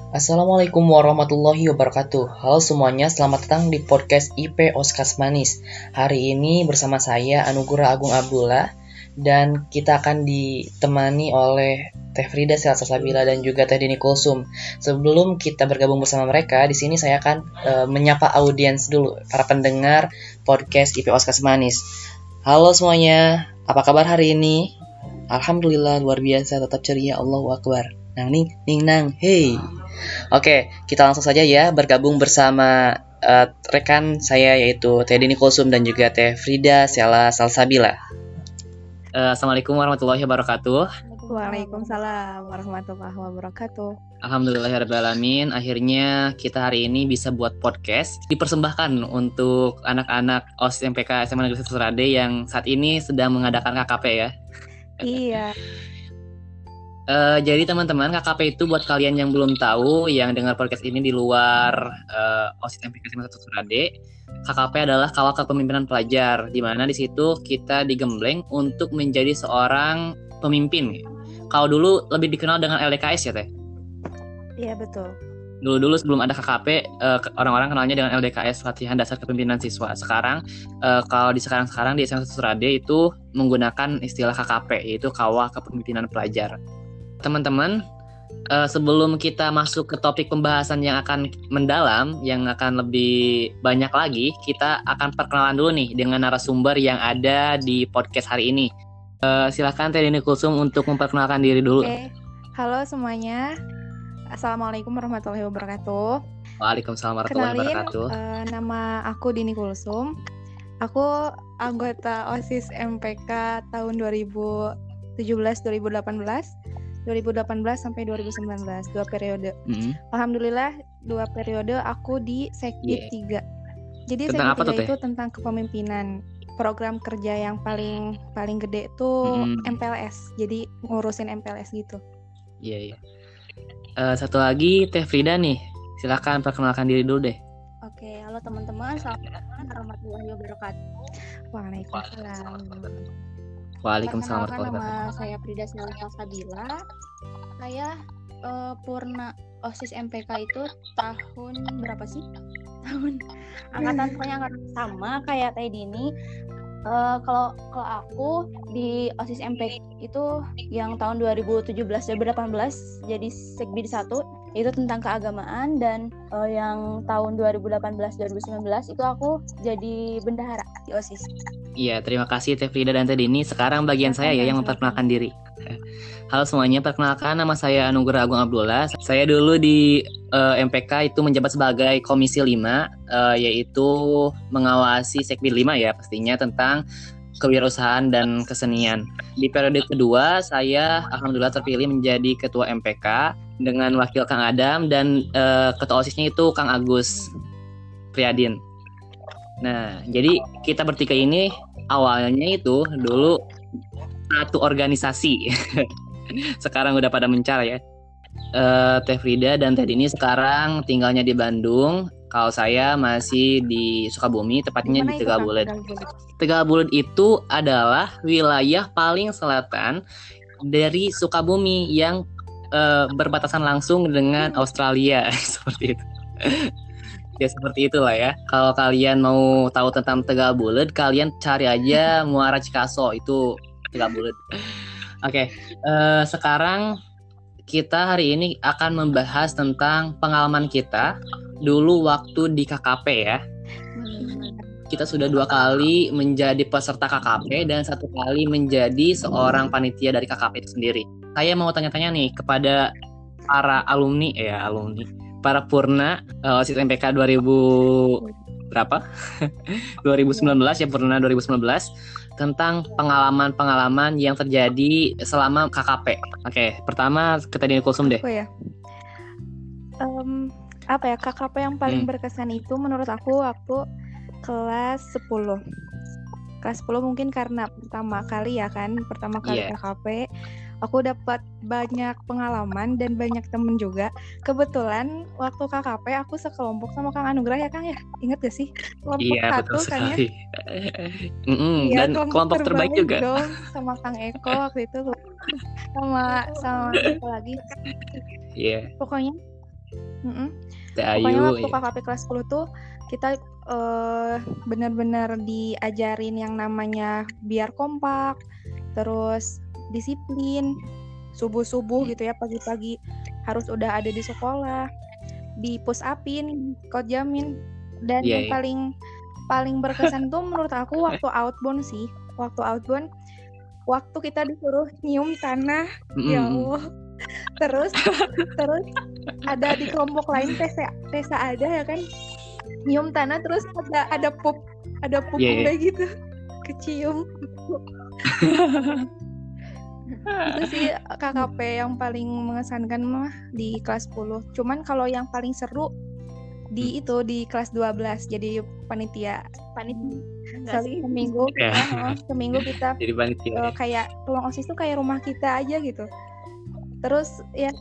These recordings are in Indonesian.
Assalamualaikum warahmatullahi wabarakatuh. Halo semuanya, selamat datang di podcast IP Oskas Manis. Hari ini bersama saya Anugerah Agung Abdullah dan kita akan ditemani oleh Teh Frida Salsabila dan juga Teh Dini Kulsum. Sebelum kita bergabung bersama mereka, di sini saya akan menyapa audiens dulu, para pendengar podcast IP Oskas Manis. Halo semuanya, apa kabar hari ini? Alhamdulillah luar biasa, tetap ceria, Allahu Akbar. Nang ning ning nang, hey. Oke, kita langsung saja ya bergabung bersama rekan saya yaitu Teh Dini Kulsum dan juga Teh Frida Salsabila. Assalamualaikum warahmatullahi wabarakatuh. Waalaikumsalam warahmatullahi wabarakatuh. Alhamdulillahirrahmanirrahim. Akhirnya kita hari ini bisa buat podcast. Dipersembahkan untuk anak-anak OSIS MPK SMA Negeri 1 Surade yang saat ini sedang mengadakan KKP ya. Iya. Jadi teman-teman, KKP itu buat kalian yang belum tahu, yang dengar podcast ini di luar OSIS MPK SMA 1 Surade, KKP adalah Kawal Kepemimpinan Pelajar, di mana di situ kita digembleng untuk menjadi seorang pemimpin. Kalau dulu lebih dikenal dengan LDKS ya Teh? Iya betul. Dulu sebelum ada KKP, orang-orang kenalnya dengan LDKS, Latihan Dasar Kepemimpinan Siswa. Sekarang, kalau di sekarang di SMA 1 Surade itu menggunakan istilah KKP, yaitu Kawal Kepemimpinan Pelajar. Teman-teman, sebelum kita masuk ke topik pembahasan yang akan mendalam, yang akan lebih banyak lagi, kita akan perkenalan dulu nih dengan narasumber yang ada di podcast hari ini. Silakan Teh Dini Kulsum untuk memperkenalkan diri dulu. Oke. Halo semuanya, Assalamualaikum warahmatullahi wabarakatuh. Waalaikumsalam warahmatullahi wabarakatuh. Nama aku Dini Kulsum. Aku anggota OSIS MPK tahun 2018 sampai 2019, 2 periode. Alhamdulillah 2 periode aku di Sekbid 3. Jadi Sekbid 3 itu tentang kepemimpinan. Program kerja yang paling gede itu MPLS. Jadi ngurusin MPLS gitu. Iya. Satu lagi Teh Frida nih. Silakan perkenalkan diri dulu deh. Oke, halo teman-teman. Assalamualaikum warahmatullahi wabarakatuh. Waalaikumsalam. Waalaikumsalam warahmatullahi wabarakatuh. Nama wabarakatuh. saya Frida Salsabila. Saya purna OSIS MPK itu tahun berapa sih? Angkatan sama kayak Teh Dini. Kalau aku di OSIS MPK itu yang tahun 2017-2018 jadi Sekbid 1 itu tentang keagamaan, dan yang tahun 2018-2019 itu aku jadi bendahara di OSIS. Iya, terima kasih Teh Frida dan Teh Dini. Sekarang bagian saya ya yang memperkenalkan diri. Halo semuanya, perkenalkan nama saya Anugerah Agung Abdullah. Saya dulu di MPK itu menjabat sebagai Komisi 5, yaitu mengawasi Sekbid 5 ya pastinya tentang kewirausahaan dan kesenian. Di periode kedua, saya alhamdulillah terpilih menjadi Ketua MPK dengan Wakil Kang Adam dan Ketua OSISnya itu Kang Agus Priadin. Nah, jadi kita bertiga ini awalnya itu dulu satu organisasi. Sekarang udah pada mencar ya. Teh Frida dan Teh Dini sekarang tinggalnya di Bandung. Kalau saya masih di Sukabumi, tepatnya di Tegabulet. Tegabulet itu adalah wilayah paling selatan dari Sukabumi yang berbatasan langsung dengan Australia. Seperti itu. Ya seperti itulah ya. Kalau kalian mau tahu tentang Tegabulet, kalian cari aja Muara Cikaso, itu Tegabulet. Oke, sekarang kita hari ini akan membahas tentang pengalaman kita dulu waktu di KKP ya. Kita sudah 2 kali menjadi peserta KKP dan 1 kali menjadi seorang panitia dari KKP itu sendiri. Saya mau tanya-tanya nih kepada para alumni, para purna OSIS MPK 2019 ya, purna 2019, tentang pengalaman-pengalaman yang terjadi selama KKP. Oke, pertama kita Dini Kulsum deh. Aku ya. KKP yang paling berkesan itu menurut aku waktu kelas 10. Kelas 10 mungkin karena pertama kali KKP. Aku dapat banyak pengalaman dan banyak temen juga. Kebetulan waktu KKP aku sekelompok sama Kang Anugerah ya Kang ya. Ingat gak sih? Kelompok betul sekali. Ya, dan kelompok terbaik juga. Dong, sama Kang Eko waktu itu. sama Eko lagi. Iya. Pokoknya Pokoknya waktu KKP kelas 10 tuh kita benar-benar diajarin yang namanya biar kompak, terus disiplin, subuh-subuh gitu ya, pagi-pagi harus udah ada di sekolah, di push upin, coach jamin. Dan yang paling berkesan tuh menurut aku waktu outbound sih. Waktu outbound, waktu kita disuruh nyium tanah, ya Allah. Terus ada di kelompok lain Tesa ada ya kan, nyium tanah terus ada pupnya gitu, kecium. Itu sih KKP yang paling mengesankan mah di kelas 10. Cuman kalau yang paling seru di kelas 12 jadi panitia. Seminggu kita jadi panitia. Kayak ruang OSIS tuh kayak rumah kita aja gitu. Terus ya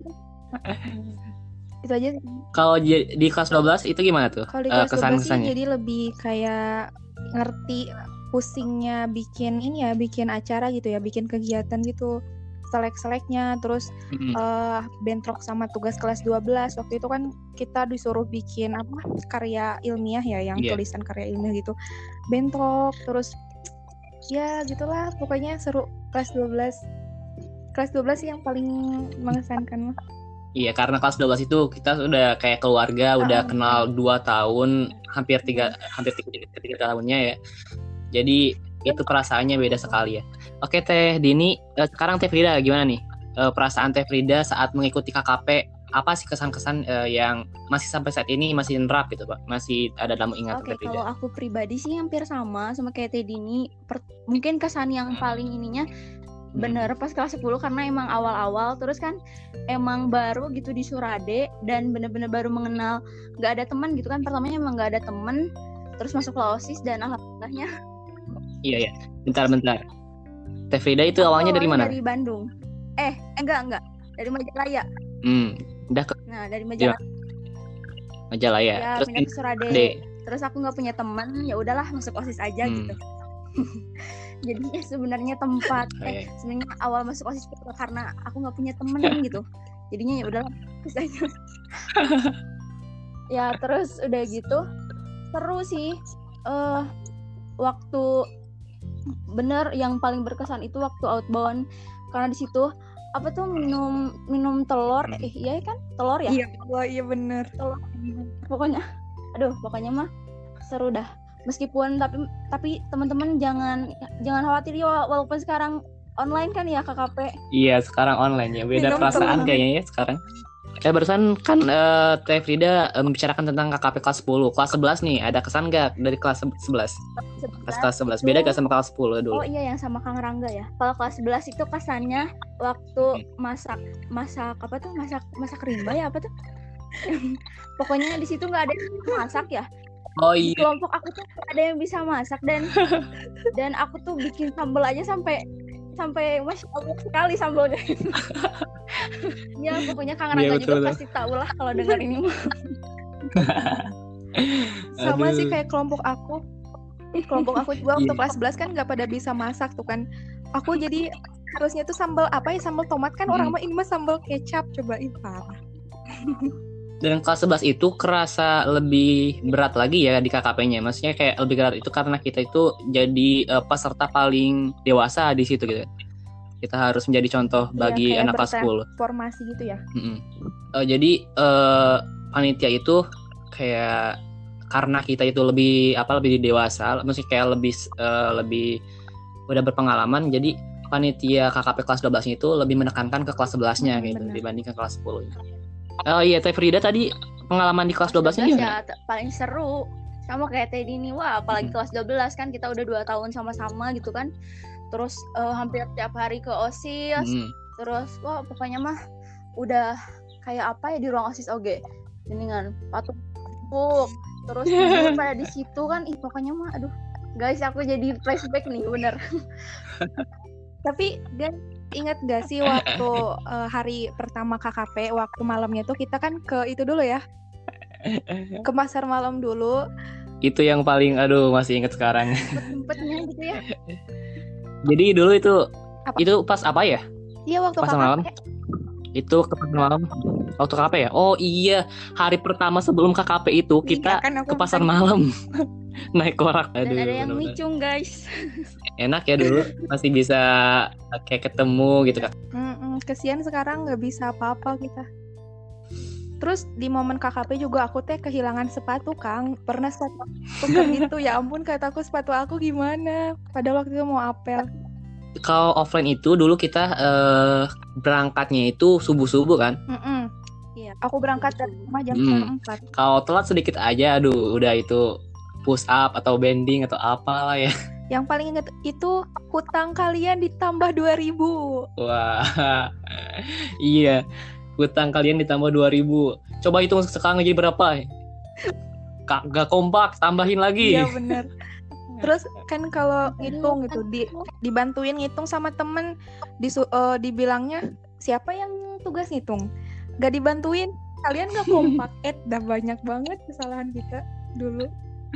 itu aja. Kalau di kelas 12 itu gimana tuh? Kalau di kelas 12 sih jadi lebih kayak ngerti pusingnya bikin acara gitu ya, bikin kegiatan gitu, selek-seleknya, terus bentrok sama tugas kelas 12. Waktu itu kan kita disuruh bikin karya ilmiah ya, yang tulisan karya ilmiah gitu, bentrok, terus ya gitulah, pokoknya seru kelas 12 sih yang paling mengesankan. Iya, karena kelas 12 itu kita udah kayak keluarga, udah kenal 2 tahun, hampir 3 tahunnya ya. Jadi itu perasaannya beda sekali ya. Oke Teh Dini, sekarang Teh Frida gimana nih? Perasaan Teh Frida saat mengikuti KKP, apa sih kesan-kesan yang masih sampai saat ini masih nerap gitu Pak? Masih ada dalam ingatan Teh Frida? Kalau aku pribadi sih hampir sama kayak Teh Dini. Mungkin kesan yang paling ininya bener pas kelas 10 karena emang awal-awal, terus kan emang baru gitu di Surade dan bener-bener baru mengenal, gak ada teman gitu kan, pertamanya emang gak ada teman, terus masuk OSIS dan alhamdulillahnya. Iya, bentar. Teh Frida itu awalnya dari mana? Dari Bandung. Enggak, dari Majalaya. Dari Majalaya. Ya, terus pindah ke Surade. Terus aku nggak punya teman, ya udahlah masuk OSIS aja gitu. Jadi sebenarnya sebenarnya awal masuk OSIS karena aku nggak punya teman gitu. Jadinya ya udahlah OSIS aja. Ya terus udah gitu seru sih. Waktu bener yang paling berkesan itu waktu outbound, karena di situ minum telur. Iya kan, telur ya? Iya bener. Telur. Pokoknya mah seru dah. Meskipun tapi teman-teman jangan khawatir ya, walaupun sekarang online kan ya KKP. Iya, sekarang online ya. Beda perasaan kayaknya ya sekarang. Barusan kan Teh Frida membicarakan tentang KKP kelas 10. Kelas 11 nih, ada kesan nggak dari kelas 11? Kelas 11 beda gak sama kelas 10 dulu? Oh iya, yang sama Kang Rangga ya. Kalau kelas 11 itu kesannya waktu masak rimba ya apa tuh? Pokoknya di situ nggak ada yang masak ya. Oh iya. Di kelompok aku tuh ada yang bisa masak dan aku tuh bikin sambal aja sampai masya Allah sekali sambalnya. Ya pokoknya Kang Rangga juga pasti tahu lah kalau dengar ini. Sama sih kayak kelompok aku juga waktu kelas 11 kan nggak pada bisa masak tuh kan. Aku jadi harusnya tuh sambal tomat kan, orang mah ini mah sambal kecap, cobain parah. Dan kelas 11 itu kerasa lebih berat lagi ya di KKP-nya. Maksudnya kayak lebih berat itu karena kita itu jadi peserta paling dewasa di situ gitu. Kita harus menjadi contoh bagi anak kelas 10. Formasi gitu ya. Jadi panitia itu kayak karena kita itu lebih dewasa, maksudnya kayak lebih udah berpengalaman. Jadi panitia KKP kelas 12 itu lebih menekankan ke kelas 11-nya gitu dibandingkan kelas 10-nya. Oh iya, Teh Frida tadi pengalaman di kelas 12-nya gimana? Ya, paling seru. Sama kayak Teh Dini, apalagi kelas 12 kan kita udah 2 tahun sama-sama gitu kan. Terus hampir tiap hari ke OSIS. Terus pokoknya mah udah kayak apa ya di ruang OSIS oge. Dengan patung. Terus pada di situ kan pokoknya mah aduh. Guys, aku jadi flashback nih, bener. Tapi ingat gak sih waktu hari pertama KKP, waktu malamnya tuh kita kan ke itu dulu ya, ke pasar malam dulu. Itu yang paling masih ingat sekarang. Sempetnya gitu ya. Jadi dulu itu pas apa ya? Iya waktu pasar KKP. Malam. Itu ke pasar malam. Waktu KKP ya? Oh iya, hari pertama sebelum KKP itu kita kan ke pasar malam. Naik korak. Dan Aduh, ada yang bener-bener. micung guys. Enak ya dulu, masih bisa kayak ketemu gitu kan. Kesian sekarang nggak bisa apa-apa kita. Terus di momen KKP juga aku teh kehilangan sepatu, Kang. Pernah sepatu tuker gitu, ya ampun kataku sepatu aku gimana. Padahal waktu itu mau apel. Kalau offline itu dulu kita berangkatnya itu subuh-subuh kan. Iya, aku berangkat dari rumah jam 4. Kalau telat sedikit aja, aduh udah itu push up atau bending atau apalah ya. Yang paling inget itu hutang kalian ditambah 2.000. Wah, iya. Hutang kalian ditambah 2.000. Coba hitung sekarang jadi berapa? Gak kompak, tambahin lagi. Iya bener. Terus kan kalau ngitung gitu, dibantuin ngitung sama temen, dibilangnya siapa yang tugas ngitung? Gak dibantuin, kalian gak kompak. Dah banyak banget kesalahan kita dulu.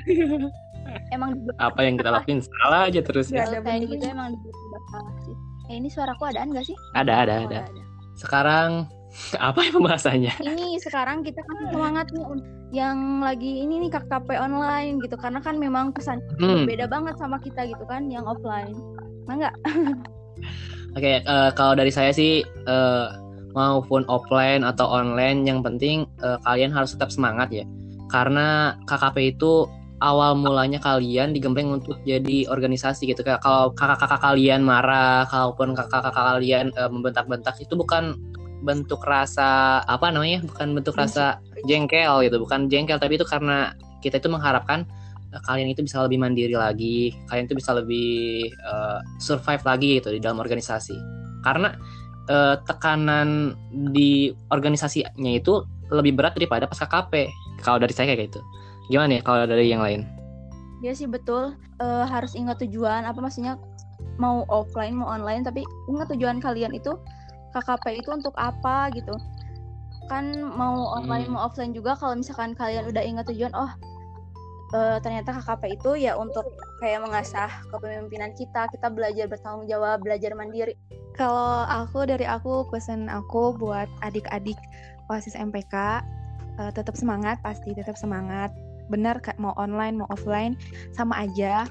Emang apa yang kita lakuin salah aja terus ya. Gak ada kayak bener. gitu emang dibuat salah sih. Ini suaraku adaan gak sih? Ada. Sekarang apa ya pembahasannya? Ini sekarang kita kan semangat nih yang lagi ini nih KKP online gitu, karena kan memang kesan berbeda banget sama kita gitu kan yang offline. Enggak? Oke, kalau dari saya sih maupun offline atau online, yang penting kalian harus tetap semangat ya. Karena KKP itu awal mulanya kalian digembleng untuk jadi organisasi gitu. Kalau kakak-kakak kalian marah, kalaupun kakak-kakak kalian membentak-bentak, itu bukan bentuk rasa bukan bentuk rasa jengkel gitu, bukan jengkel, tapi itu karena kita itu mengharapkan kalian itu bisa lebih mandiri lagi, kalian itu bisa lebih survive lagi gitu di dalam organisasi. Karena tekanan di organisasinya itu lebih berat daripada pas KKP. Kalau dari saya kayak gitu. Gimana ya kalau dari yang lain? Ya sih betul, harus ingat tujuan, apa maksudnya mau offline mau online, tapi ingat tujuan kalian itu KKP itu untuk apa gitu. Kan mau online mau offline juga, kalau misalkan kalian udah ingat tujuan, ternyata KKP itu ya untuk kayak mengasah kepemimpinan kita belajar bertanggung jawab, belajar mandiri. Kalau dari aku pesan aku buat adik-adik OSIS MPK, tetap semangat, pasti tetap semangat. Benar, mau online mau offline sama aja.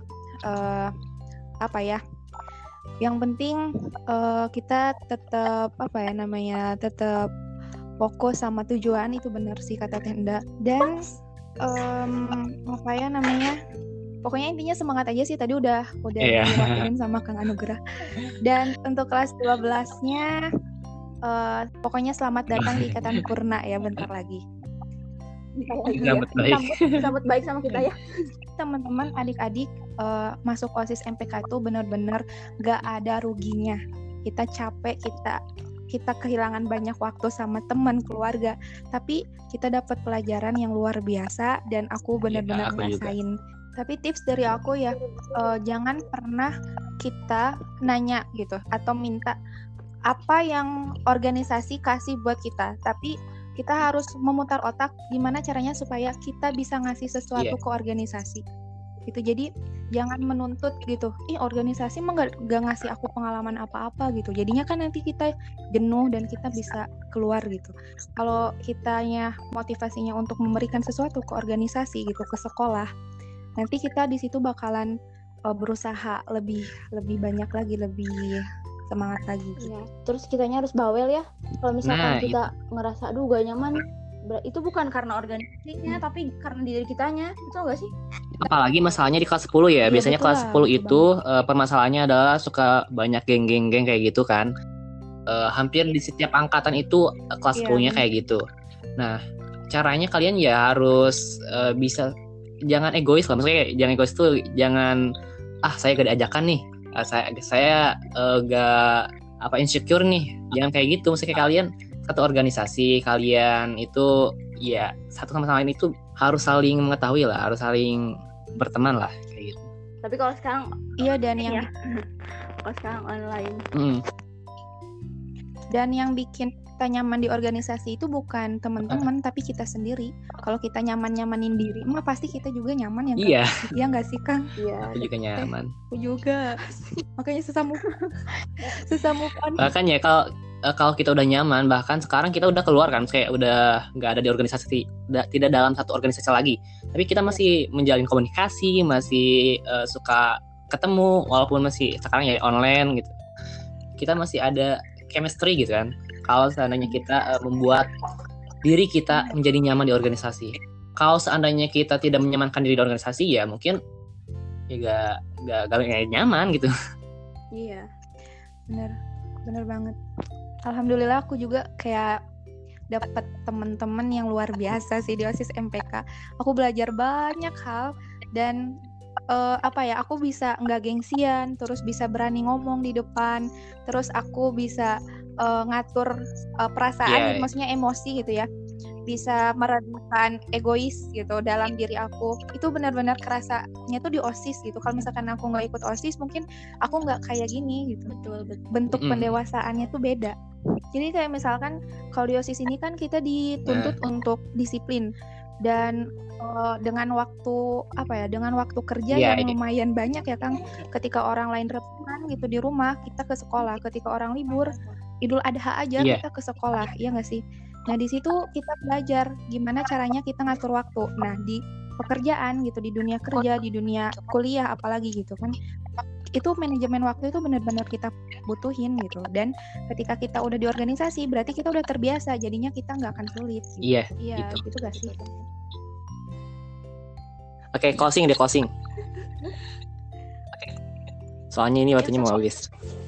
Yang penting kita tetap tetap fokus sama tujuan, itu benar sih kata Tenda. Dan pokoknya intinya semangat aja sih, tadi udah diwakilin sama Kang Anugrah. Dan untuk kelas 12-nya pokoknya selamat datang di Ikatan Purna ya, bentar lagi. Sambut baik sama kita ya. Teman-teman, adik-adik masuk OSIS MPK itu benar-benar gak ada ruginya. Kita capek, kita kehilangan banyak waktu sama teman, keluarga, tapi kita dapat pelajaran yang luar biasa dan aku benar-benar ngerasain. Tapi tips dari aku ya, jangan pernah kita nanya gitu atau minta apa yang organisasi kasih buat kita, tapi kita harus memutar otak gimana caranya supaya kita bisa ngasih sesuatu ke organisasi gitu. Jadi jangan menuntut gitu, organisasi mah gak ngasih aku pengalaman apa-apa gitu, jadinya kan nanti kita jenuh dan kita bisa keluar gitu. Kalau kitanya motivasinya untuk memberikan sesuatu ke organisasi gitu, ke sekolah, nanti kita di situ bakalan berusaha lebih banyak lagi, lebih semangat lagi gitu. Ya, terus kitanya harus bawel ya. Kalau misalkan kita ngerasa aduh gak nyaman, itu bukan karena organisasinya tapi karena diri kitanya, betul gak sih? Apalagi masalahnya di kelas 10 ya. Biasanya kelas 10 itu permasalahannya adalah suka banyak geng-geng kayak gitu kan. Hampir di setiap angkatan itu kelas 10-nya kayak gitu. Nah, caranya kalian ya harus bisa, jangan egois lah. Maksudnya jangan egois tuh, jangan saya gak diajakan nih, saya gak insecure nih, jangan kayak gitu. Maksudnya kalian satu organisasi, kalian itu ya satu sama lain itu harus saling mengetahui lah, harus saling berteman lah kayak gitu. Tapi kalau sekarang dan yang kalau sekarang online. Dan yang bikin kita nyaman di organisasi itu bukan teman-teman, tapi kita sendiri. Kalau kita nyamanin diri, mah pasti kita juga nyaman ya. Iya. Iya nggak sih Kang? Iya. Aku juga nyaman. Aku juga. Makanya susah move on. Makanya kalau kalau kita udah nyaman, bahkan sekarang kita udah keluar kan, kayak udah nggak ada di organisasi, tidak dalam satu organisasi lagi, tapi kita masih menjalin komunikasi, masih suka ketemu walaupun masih sekarang ya online gitu. Kita masih ada chemistry gitu kan. Kalau seandainya kita membuat diri kita menjadi nyaman di organisasi. Kalau seandainya kita tidak menyamankan diri di organisasi, ya mungkin ya gak nyaman gitu. Iya, bener banget. Alhamdulillah aku juga kayak dapat teman-teman yang luar biasa sih di OSIS MPK. Aku belajar banyak hal dan aku bisa nggak gengsian, terus bisa berani ngomong di depan, terus aku bisa ngatur perasaan, maksudnya emosi gitu ya, bisa meredakan egois gitu dalam diri aku. Itu benar-benar kerasanya tuh di OSIS gitu. Kalau misalkan aku nggak ikut OSIS, mungkin aku nggak kayak gini gitu. Betul. Bentuk pendewasaannya tuh beda. Jadi kayak misalkan kalau di OSIS ini kan kita dituntut untuk disiplin dan dengan waktu kerja yang lumayan banyak ya Kang. Ketika orang lain rebahan gitu di rumah, kita ke sekolah. Ketika orang libur, Idul Adha aja kita ke sekolah, iya nggak sih? Nah di situ kita belajar gimana caranya kita ngatur waktu. Nah di pekerjaan gitu, di dunia kerja, di dunia kuliah apalagi gitu kan, itu manajemen waktu itu benar-benar kita butuhin gitu. Dan ketika kita udah di organisasi, berarti kita udah terbiasa, jadinya kita nggak akan sulit. Gitu. Iya, gitu gak sih? Oke, closing. Soalnya ini waktunya mau habis.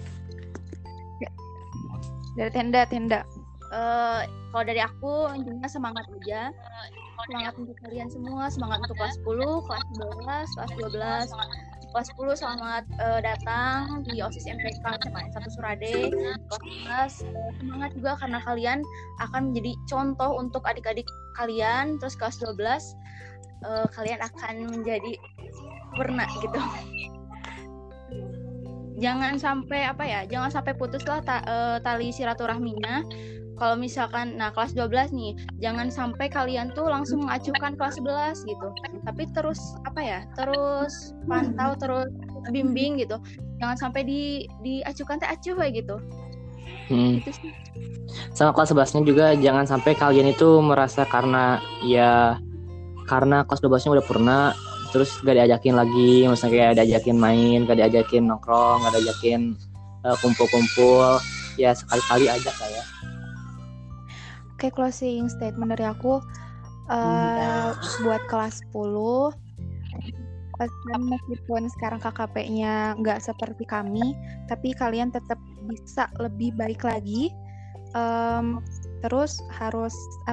Dari tenda. Kalau dari aku intinya semangat aja. Semangat untuk kalian semua, semangat untuk kelas 10, kelas 11, kelas 12. Kelas 10 selamat datang di OSIS MPK SMA 1 Surade. Kelas 11 semangat juga karena kalian akan menjadi contoh untuk adik-adik kalian. Terus kelas 12 kalian akan menjadi purna gitu. Jangan sampai putuslah tali silaturahminya. Kalau misalkan kelas 12 nih, jangan sampai kalian tuh langsung mengacuhkan kelas 11 gitu. Tapi terus pantau, terus bimbing gitu. Jangan sampai diacuhkan acuh kayak gitu. Gitu sih. Sama kelas 11-nya juga jangan sampai kalian itu merasa karena kelas 12-nya udah purna, terus gak diajakin lagi, misalnya kayak diajakin main, gak diajakin nongkrong, gak diajakin kumpul-kumpul, ya sekali-kali aja kayak. Oke, closing statement dari aku buat kelas 10, meskipun sekarang KKP-nya nggak seperti kami, tapi kalian tetap bisa lebih baik lagi. Terus harus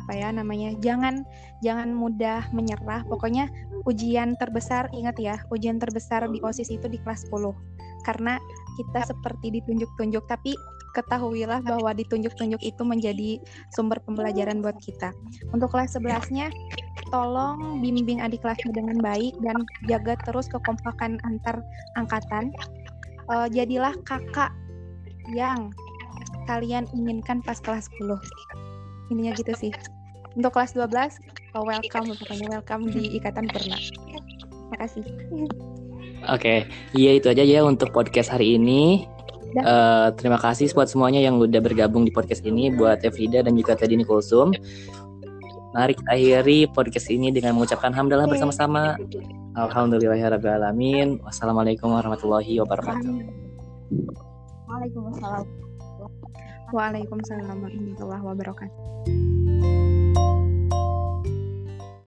jangan mudah menyerah. Pokoknya ujian terbesar, ingat ya, ujian terbesar di OSIS itu di kelas 10. Karena kita seperti ditunjuk-tunjuk, tapi ketahuilah bahwa ditunjuk-tunjuk itu menjadi sumber pembelajaran buat kita. Untuk kelas 11-nya, tolong bimbing adik kelasnya dengan baik dan jaga terus kekompakan antar angkatan. Jadilah kakak yang kalian inginkan pas kelas 10. Ininya gitu sih. Untuk kelas 12, welcome di Ikatan Purna. Makasih. Oke, iya itu aja ya untuk podcast hari ini. Terima kasih buat semuanya yang udah bergabung di podcast ini, buat Efrida dan juga Teddy Nikolsum. Mari kita akhiri podcast ini dengan mengucapkan hamdalah bersama-sama. Alhamdulillahirrabbilalamin. Wassalamualaikum warahmatullahi wabarakatuh. Waalaikumsalam. Waalaikumsalam warahmatullahi wabarakatuh.